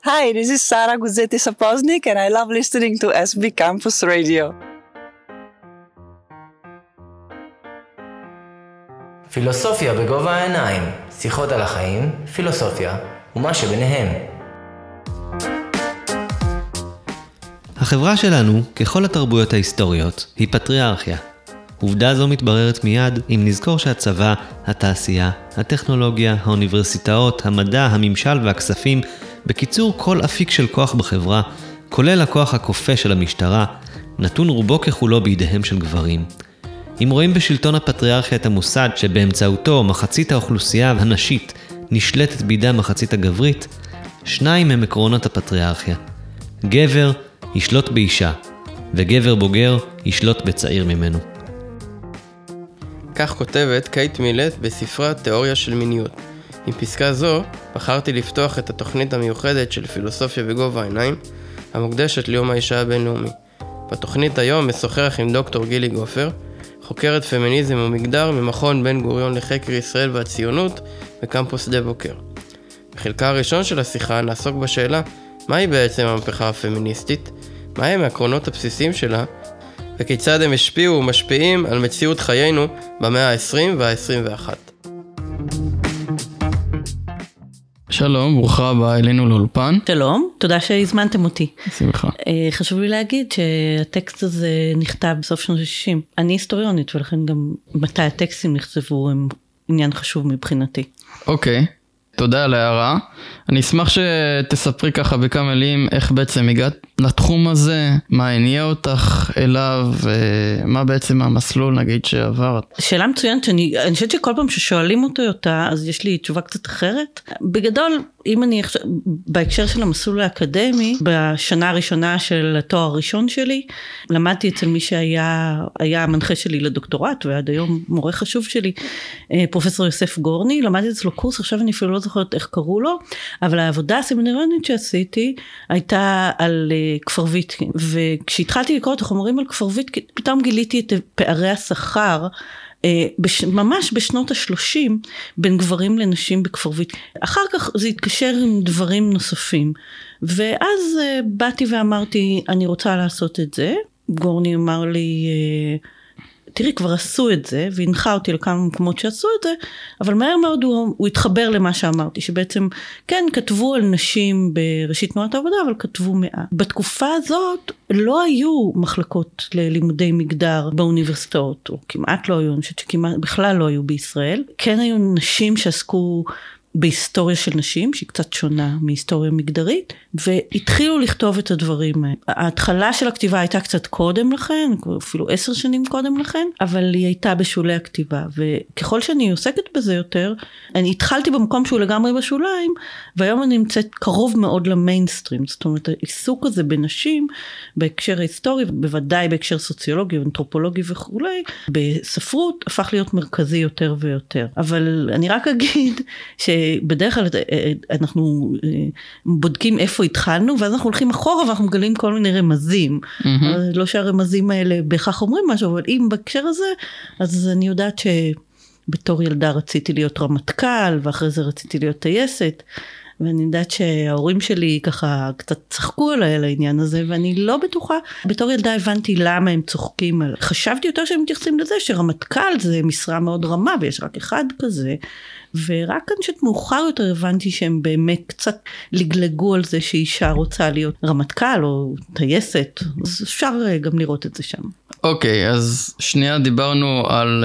Hi, this is Sarah Guzetti-Sapoznik and I love listening to SB Campus Radio. פילוסופיה בגובה העיניים, שיחות על החיים, פילוסופיה ומה שביניהם. החברה שלנו, ככל התרבויות ההיסטוריות, היא פטריארכיה. עובדה זו מתבררת מיד אם נזכור שהצבא, התעשייה, הטכנולוגיה, האוניברסיטאות, המדע, הממשל והכספים, בקיצור כל אפיק של כוח בחברה, כולל הכוח הכופה של המשטרה, נתון רובו ככולו בידיהם של גברים. אם רואים בשלטון הפטריארכיה את המוסד שבאמצעותו מחצית האוכלוסייה הנשית נשלטת בידי המחצית הגברית, שניים הם עקרונות הפטריארכיה. גבר ישלוט באישה, וגבר בוגר ישלוט בצעיר ממנו. כך כותבת קייט מילט בספרה תיאוריה של מיניות. עם פסקה זו בחרתי לפתוח את התוכנית המיוחדת של פילוסופיה בגובה העיניים, המוקדשת ליום האישה הבינלאומי. בתוכנית היום משוחח עם דוקטור גילי גופר, חוקרת פמיניזם ומגדר ממכון בן גוריון לחקר ישראל והציונות בקמפוס שדה בוקר. בחלקה הראשון של השיחה נעסוק בשאלה מהי בעצם המהפכה הפמיניסטית, מהם העקרונות הבסיסיים שלה, וכיצד הם השפיעו ומשפיעים על מציאות חיינו במאה ה-20 וה-21. שלום, ברוכה הבאה אלינו לאולפן. שלום, תודה שהזמנתם אותי. שמחה. חשוב לי להגיד שהטקסט הזה נכתב בסוף שנות ה-60. אני היסטוריונית ולכן גם מתי הטקסטים נכתבו הם עניין חשוב מבחינתי. אוקיי. תודה על ההערה. אני אשמח שתספרי ככה בכמה מילים איך בעצם הגעת לתחום הזה, מה הניע אותך אליו, ומה בעצם המסלול נגיד שעברת. שאלה מצוינת, אני חושבת שכל פעם ששואלים אותה, אז יש לי תשובה קצת אחרת. בגדול, אם אני בהקשר של המסלול האקדמי, בשנה הראשונה של התואר הראשון שלי, למדתי אצל מי שהיה המנחה שלי לדוקטורט, ועד היום מורה חשוב שלי, פרופסור יוסף גורני, למדתי אצלו קורס, עכשיו אני אפילו לא זוכרת איך קראו לו, אבל העבודה הסמינריונית שעשיתי, הייתה על כפר ויתקין, וכשהתחלתי לקרוא את החומרים על כפר ויתקין, פתאום גיליתי את פערי השכר, ממש בשנות ה-30 בין גברים לנשים בכפר ויתקין. אחר כך זה התקשר עם דברים נוספים, ואז באתי ואמרתי, אני רוצה לעשות את זה. גורני אמר לי, תראי, כבר עשו את זה, והנחה אותי לכמה מקומות שעשו את זה, אבל מהר מאוד הוא התחבר למה שאמרתי, שבעצם, כן, כתבו על נשים בראשית תנועת העבודה, אבל כתבו מעט. בתקופה הזאת לא היו מחלקות ללימודי מגדר באוניברסיטאות, או כמעט לא היו, אני חושבת שכמעט בכלל לא היו בישראל. כן היו נשים שעסקו בהיסטוריה של נשים, שהיא קצת שונה מהיסטוריה מגדרית, והתחילו לכתוב את הדברים האלה. ההתחלה של הכתיבה הייתה קצת קודם לכן, אפילו 10 שנים קודם לכן, אבל היא הייתה בשולי הכתיבה, וככל שאני עוסקת בזה יותר, אני התחלתי במקום שהוא לגמרי בשוליים, והיום אני נמצאת קרוב מאוד למיינסטרים, זאת אומרת, העיסוק הזה בנשים, בהקשר ההיסטורי, בוודאי בהקשר סוציולוגי, אנתרופולוגי וכו', בספרות הפך להיות מרכזי יותר ויותר. אבל אני רק אגיד בדרך כלל אנחנו בודקים איפה התחלנו, ואז אנחנו הולכים אחורה ואנחנו מגלים כל מיני רמזים. לא שהרמזים האלה בהכרח אומרים משהו, אבל אם בהקשר הזה, אז אני יודעת שבתור ילדה רציתי להיות רמטכ"ל, ואחרי זה רציתי להיות טייסת, ואני יודעת שההורים שלי ככה קצת צחקו עליי על העניין הזה, ואני לא בטוחה, בתור ילדה הבנתי למה הם צוחקים. חשבתי יותר שהם מתייחסים לזה, שרמטכ"ל זה משרה מאוד רמה, ויש רק אחד כזה, ורק אני חושבת מאוחר יותר הבנתי שהם באמת קצת לגלגו על זה שאישה רוצה להיות רמטכ"ל או טייסת, אז אפשר גם לראות את זה שם. אוקיי, אז שנייה דיברנו על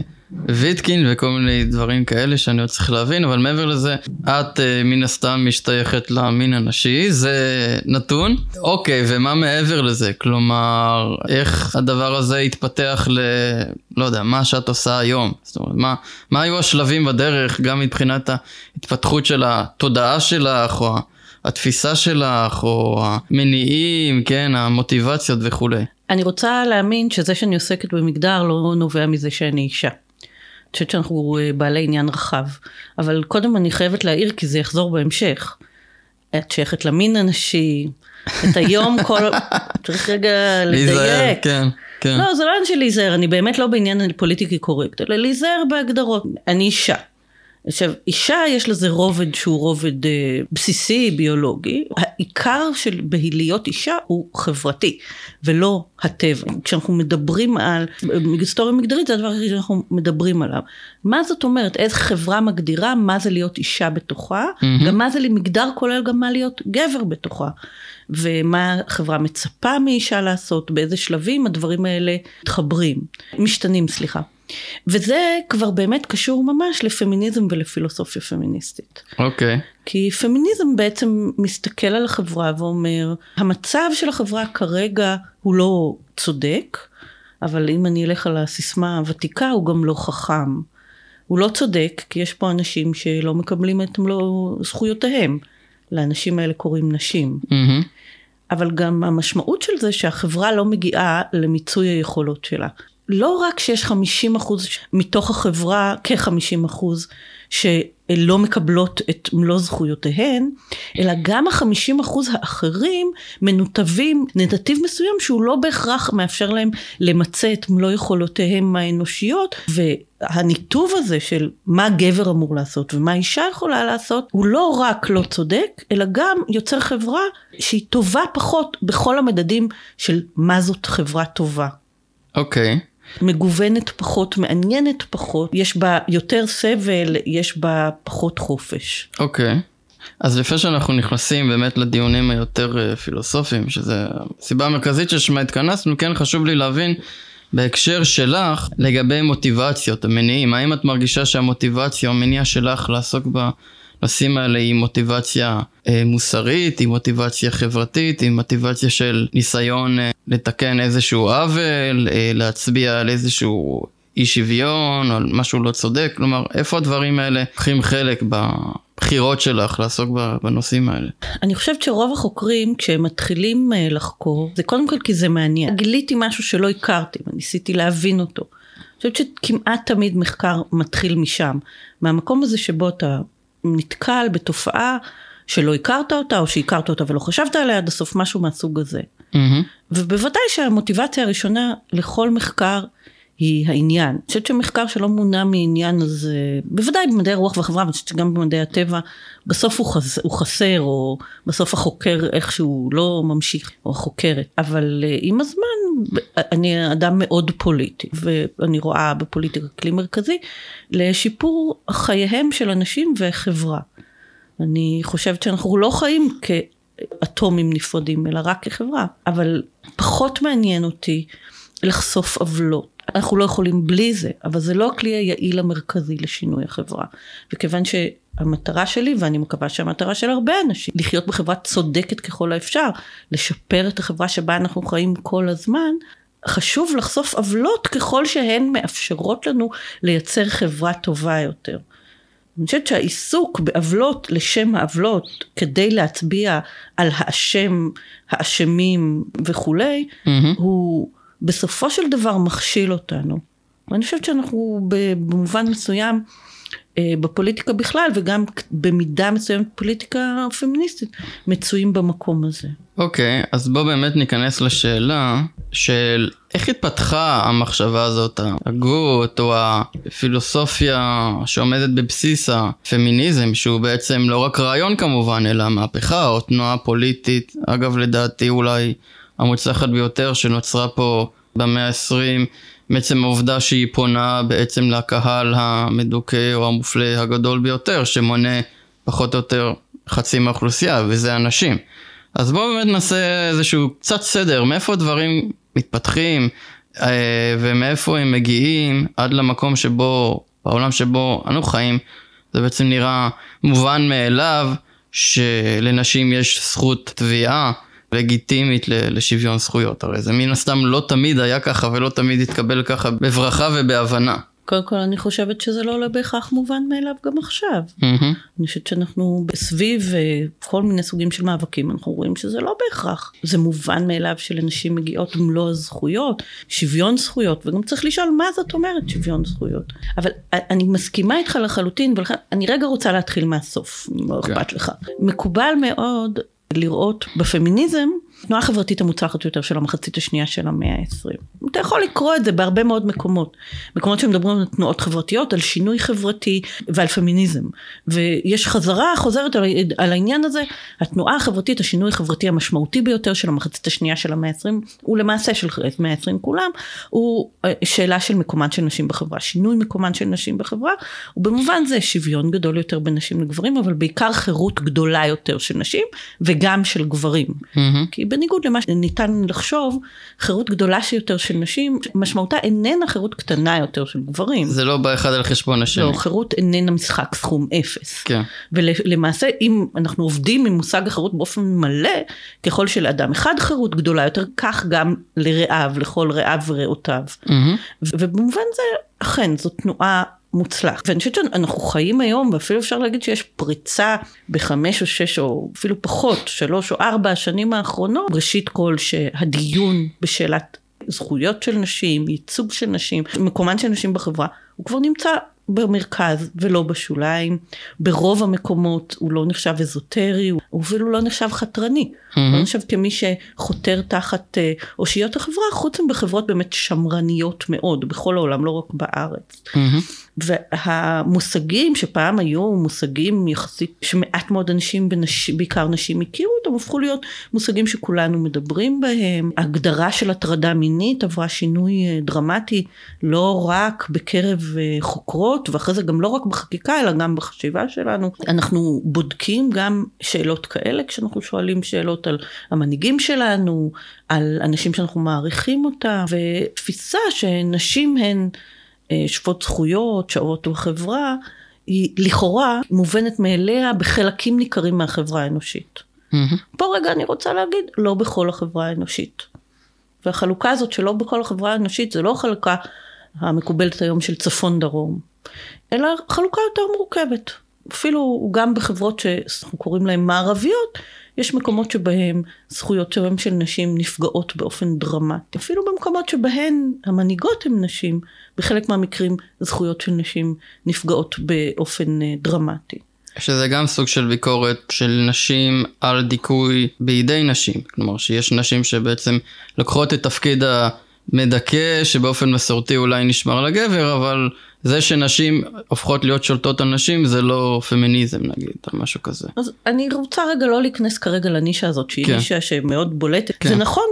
ויתקין וכל מיני דברים כאלה שאני עוד צריך להבין, אבל מעבר לזה, את מן הסתם משתייכת למין הנשי, זה נתון. אוקיי, ומה מעבר לזה? כלומר, איך הדבר הזה התפתח לא יודע, מה שאת עושה היום? זאת אומרת, מה היו השלבים בדרך, גם מבחינת ההתפתחות של התודעה שלך, או התפיסה שלך, או המניעים, כן, המוטיבציות וכו'. אני רוצה להאמין שזה שאני עוסקת במגדר לא נובע מזה שאני אישה. אני חושבת שאנחנו בעלי עניין רחב, אבל קודם אני חייבת להעיר כי זה יחזור בהמשך. את שייכת למין הנשי, את היום צריך רגע לדייק. כן, כן. לא, זה לא עניין של להיזהר, אני באמת לא בעניין פוליטיקי קורקט, אלא להיזהר בהגדרות. אני אישה. עכשיו, אישה יש לזה רובד שהוא רובד בסיסי, ביולוגי. העיקר של בהיליות אישה הוא חברתי, ולא הטבע. כשאנחנו מדברים על היסטוריה מגדרית, זה הדבר הכי שאנחנו מדברים עליו. מה זאת אומרת? איזה חברה מגדירה מה זה להיות אישה בתוכה, גם מה זה מגדר כולל גם מה להיות גבר בתוכה. ומה החברה מצפה מאישה לעשות, באיזה שלבים הדברים האלה משתנים. וזה כבר באמת קשור ממש לפמיניזם ולפילוסופיה פמיניסטית. אוקיי. כי פמיניזם בעצם מסתכל על החברה ואומר, המצב של החברה כרגע הוא לא צודק, אבל אם אני אלך על הסיסמה הוותיקה, הוא גם לא חכם. הוא לא צודק, כי יש פה אנשים שלא מקבלים את מלוא זכויותיהם. לאנשים האלה קוראים נשים. אבל גם המשמעות של זה שהחברה לא מגיעה למיצוי היכולות שלה. לא רק שיש 50% מתוך החברה, כ-50% שלא מקבלות את מלוא זכויותיהן, אלא גם ה-50% האחרים מנותבים נתיב מסוים שהוא לא בהכרח מאפשר להם למצא את מלוא יכולותיהם האנושיות, והניתוב הזה של מה גבר אמור לעשות ומה אישה יכולה לעשות, הוא לא רק לא צודק, אלא גם יוצר חברה שהיא טובה פחות בכל המדדים של מה זאת חברה טובה. אוקיי. מגוונת פחות, מעניינת פחות, יש בה יותר סבל, יש בה פחות חופש. אוקיי. אז לפני שאנחנו נכנסים באמת לדיונים היותר פילוסופיים, שזה הסיבה המרכזית ששמה התכנסנו, כן חשוב לי להבין בהקשר שלך לגבי מוטיבציות, המניעים. האם את מרגישה שהמוטיבציה או המניע שלך לעסוק בנושאים האלה היא מוטיבציה מוסרית, היא מוטיבציה חברתית, היא מוטיבציה של ניסיון לתקן איזשהו עוול, להצביע על איזשהו אי שוויון, או על משהו לא צודק? כלומר, איפה הדברים האלה לוקחים חלק בבחירות שלך לעסוק בנושאים האלה? אני חושבת שרוב החוקרים, כשהם מתחילים לחקור, זה קודם כל כי זה מעניין. גיליתי משהו שלא הכרתי, וניסיתי להבין אותו. אני חושבת שכמעט תמיד מחקר מתחיל משם, מהמקום הזה שבו אתה נתקל בתופעה שלא הכרת אותה, או שהכרת אותה ולא חשבת עליה עד הסוף, משהו מהסוג הזה. ובוודאי שהמוטיבציה הראשונה לכל מחקר היא העניין. אני חושבת שמחקר שלא מונע מעניין, אז בוודאי במדעי הרוח והחברה, אני חושבת שגם במדעי הטבע, בסוף הוא חסר, או בסוף החוקר איכשהו לא ממשיך, או החוקרת. אבל עם הזמן, אני אדם מאוד פוליטי, ואני רואה בפוליטיקה כלי מרכזי, לשיפור חייהם של אנשים וחברה. אני חושבת שאנחנו לא חיים כאטומים נפרדים, אלא רק כחברה. אבל פחות מעניין אותי לחשוף עוולות. אנחנו לא יכולים בלי זה, אבל זה לא הכלי היעיל המרכזי לשינוי החברה. וכיוון שהמטרה שלי, ואני מקווה שהמטרה של הרבה אנשים, לחיות בחברה צודקת ככל האפשר, לשפר את החברה שבה אנחנו חיים כל הזמן, חשוב לחשוף עוולות ככל שהן מאפשרות לנו לייצר חברה טובה יותר. אני חושבת שהעיסוק בעוולות לשם העוולות, כדי להצביע על האשמים וכולי, הוא בסופו של דבר מכשיל אותנו. ואני חושבת שאנחנו במובן מסוים, בפוליטיקה בכלל, וגם במידה מסוימת פוליטיקה פמיניסטית, מצויים במקום הזה. אוקיי, אז בוא באמת ניכנס לשאלה של איך התפתחה המחשבה הזאת, ההגות או הפילוסופיה שעומדת בבסיס הפמיניזם, שהוא בעצם לא רק רעיון כמובן, אלא מהפכה או תנועה פוליטית, אגב לדעתי אולי המוצלחת ביותר שנוצרה פה במאה ה-20, בעצם העובדה שהיא פונה בעצם לקהל המדוכא או המופלה הגדול ביותר, שמונה פחות או יותר חצי מהאוכלוסייה, וזה אנשים. אז בואו באמת נעשה איזשהו קצת סדר, מאיפה הדברים מתפתחים, ומאיפה הם מגיעים עד למקום שבו, בעולם שבו אנו חיים, זה בעצם נראה מובן מאליו, שלנשים יש זכות תביעה, לגיטימית לשוויון זכויות. הרי זה מן הסתם לא תמיד היה ככה, ולא תמיד התקבל ככה בברכה ובהבנה. קודם כל אני חושבת שזה לא בהכרח מובן מאליו גם עכשיו. אני חושבת שאנחנו בסביב כל מיני סוגים של מאבקים, אנחנו רואים שזה לא בהכרח. זה מובן מאליו שלנשים מגיעות מלוא הזכויות, שוויון זכויות, וגם צריך לשאול מה זאת אומרת שוויון זכויות. אבל אני מסכימה איתך לחלוטין, ולכן אני רגע רוצה להתחיל מהסוף, לא אכפת לך. מקובל מאוד לראות בפמיניזם, תנועה חברתית המוצלחת יותר של המחצית השנייה של המאה ה-20. אתה יכול לקרוא את זה בהרבה מאוד מקומות. מקומות שמדברים על תנועות חברתיות, על שינוי חברתי ועל פמיניזם. ויש חוזרת על העניין הזה, התנועה החברתית, השינוי החברתי המשמעותי ביותר של המחצית השנייה של המאה ה-20, ולמעשה של המאה ה-20 כולם, הוא שאלה של מקומן של נשים בחברה. שינוי מקומן של נשים בחברה, ובמובן זה שוויון גדול יותר בין נשים לגברים, אבל בעיקר חירות גדולה יותר של נשים, וגם של גברים. כי בניגוד למה שניתן לחשוב, חירות גדולה יותר של נשים, משמעותה איננה חירות קטנה יותר של גברים. זה לא בא אחד על חשבון השני. לא, חירות איננה משחק סכום אפס. כן. ולמעשה, אם אנחנו עובדים עם מושג החירות באופן מלא, ככל שלאדם אחד חירות גדולה יותר, כך גם לרעיו, לכל רעיו ורעותיו. ובמובן זה, אכן, זו תנועה מוצלח. ואני חושבת שאנחנו חיים היום, ואפילו אפשר להגיד שיש פריצה ב5 או 6 או אפילו פחות, 3 או 4 השנים האחרונות, ראשית כל שהדיון בשאלת זכויות של נשים, ייצוג של נשים, מקומן של נשים בחברה, הוא כבר נמצא במרכז ולא בשוליים. ברוב המקומות הוא לא נחשב אזוטרי, הוא אפילו לא נחשב חתרני. לא נחשב כמי שחותר תחת אושיות החברה, חוץ מבחברות באמת שמרניות מאוד, בכל העולם, לא רק בארץ. והמושגים שפעם היו מושגים יחסית, שמעט מאוד אנשים, בעיקר נשים הכירו אותם, הפכו להיות מושגים שכולנו מדברים בהם. הגדרה של הטרדה מינית עברה שינוי דרמטי, לא רק בקרב חוקרות, ואחרי זה גם לא רק בחקיקה, אלא גם בחשיבה שלנו. אנחנו בודקים גם שאלות כאלה, כשאנחנו שואלים שאלות על המנהיגים שלנו, על אנשים שאנחנו מעריכים אותם, ותפיסה שנשים הן שוות זכויות, שוות בחברה, היא לכאורה מובנת מאליה בחלקים ניכרים מהחברה האנושית. פה רגע אני רוצה להגיד, לא בכל החברה האנושית. והחלוקה הזאת שלא בכל החברה האנושית, זה לא חלוקה המקובלת היום של צפון דרום, אלא חלוקה יותר מורכבת. אפילו גם בחברות שאנחנו קוראים להן מערביות, יש מקומות שבהם זכויות של נשים נפגעות באופן דרמטי. אפילו במקומות שבהן המנהיגות הן נשים, בחלק מהמקרים זכויות של נשים נפגעות באופן דרמטי. שזה גם סוג של ביקורת של נשים על דיכוי בידי נשים. כלומר שיש נשים שבעצם לקחות את תפקיד המדכא, שבאופן מסורתי אולי נשמר לגבר, אבל זה שנשים הופכות להיות שולטות על נשים, זה לא פמיניזם נגיד, או משהו כזה. אז אני רוצה רגע לא להיכנס כרגע לנישה הזאת, שהיא נישה שמאוד בולטת. זה נכון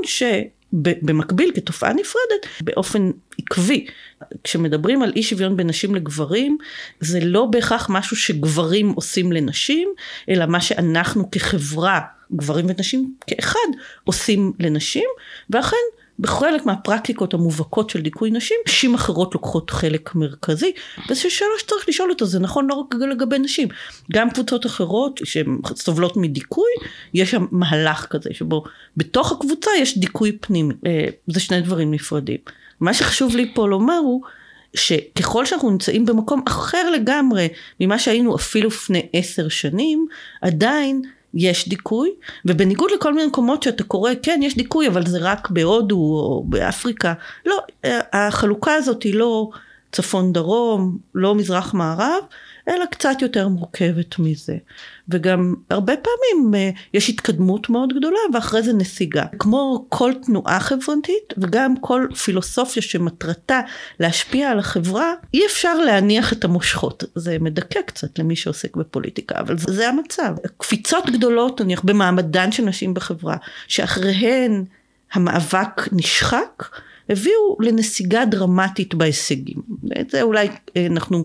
שבמקביל כתופעה נפרדת, באופן עקבי, כשמדברים על אי שוויון בין נשים לגברים, זה לא בהכרח משהו שגברים עושים לנשים, אלא מה שאנחנו כחברה, גברים ונשים כאחד, עושים לנשים, ואכן, בחלק מהפרקטיקות המובהקות של דיכוי נשים אחרות לוקחות חלק מרכזי, וזו שאלה שצריך לשאול אותה, זה נכון לא רק לגבי נשים, גם קבוצות אחרות שהן סובלות מדיכוי, יש שם מהלך כזה, שבו בתוך הקבוצה יש דיכוי פנימי, זה שני דברים נפרדים. מה שחשוב לי פה לומר הוא, שככל שאנחנו נמצאים במקום אחר לגמרי, ממה שהיינו אפילו לפני 10 שנים, עדיין, יש דיכוי, ובניגוד לכל מיני מקומות שאתה קורא, כן, יש דיכוי, אבל זה רק בהודו או באפריקה. לא, החלוקה הזאת היא לא צפון דרום, לא מזרח מערב, אלא קצת יותר מורכבת מזה. וגם הרבה פעמים יש התקדמות מאוד גדולה, ואחרי זה נסיגה. כמו כל תנועה חברתית, וגם כל פילוסופיה שמטרתה להשפיע על החברה, אי אפשר להניח את המושכות. זה מדכא קצת למי שעוסק בפוליטיקה, אבל זה המצב. קפיצות גדולות, נניח, במעמדן של נשים בחברה, שאחריהן המאבק נשחק, הביאו לנסיגה דרמטית בהישגים. את זה אולי אנחנו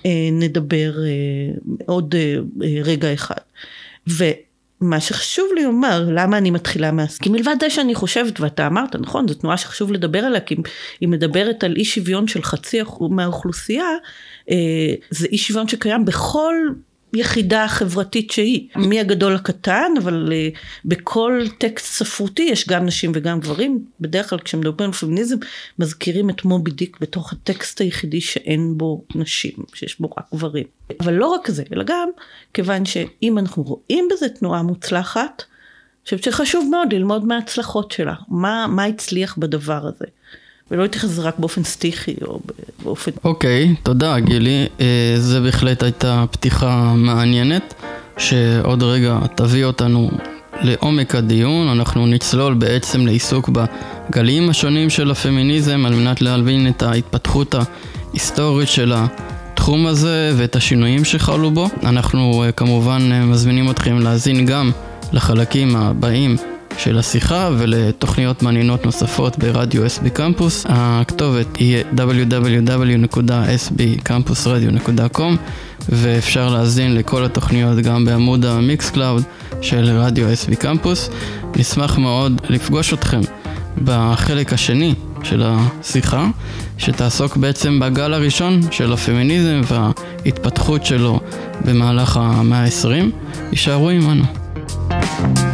נדבר עוד רגע אחד. ומה שחשוב לי אומר, למה אני מתחילה כי מלבד זה שאני חושבת, ואתה אמרת, נכון, זו תנועה שחשוב לדבר עליה, כי היא מדברת על אי שוויון של 0.5% מהאוכלוסייה, זה אי שוויון שקיים בכל יחידה חברתית שהיא, מי הגדול הקטן, אבל בכל טקסט ספרותי יש גם נשים וגם גברים, בדרך כלל כשמדברים על פמיניזם, מזכירים את מובי דיק בתוך הטקסט היחידי שאין בו נשים, שיש בו רק גברים. אבל לא רק זה, אלא גם כיוון שאם אנחנו רואים בזה תנועה מוצלחת, אני חושבת שחשוב מאוד ללמוד מההצלחות שלה, מה הצליח בדבר הזה. ולא להתייחס רק באופן סטיחי או באופן... אוקיי, תודה גילי. זה בהחלט הייתה פתיחה מעניינת, שעוד רגע תביא אותנו לעומק הדיון, אנחנו נצלול בעצם לעיסוק בגלים השונים של הפמיניזם על מנת להבין את ההתפתחות ההיסטורית של התחום הזה ואת השינויים שחלו בו. אנחנו כמובן מזמינים אתכם להאזין גם לחלקים הבאים של השיחה ולתוכניות מעניינות נוספות ברדיו SB קמפוס. הכתובת היא www.sbcampusradio.com ואפשר להאזין לכל התוכניות גם בעמוד המיקס קלאוד של רדיו SB קמפוס. נשמח מאוד לפגוש אתכם בחלק השני של השיחה, שתעסוק בעצם בגל הראשון של הפמיניזם וההתפתחות שלו במהלך המאה ה-20. יישארו עמנו.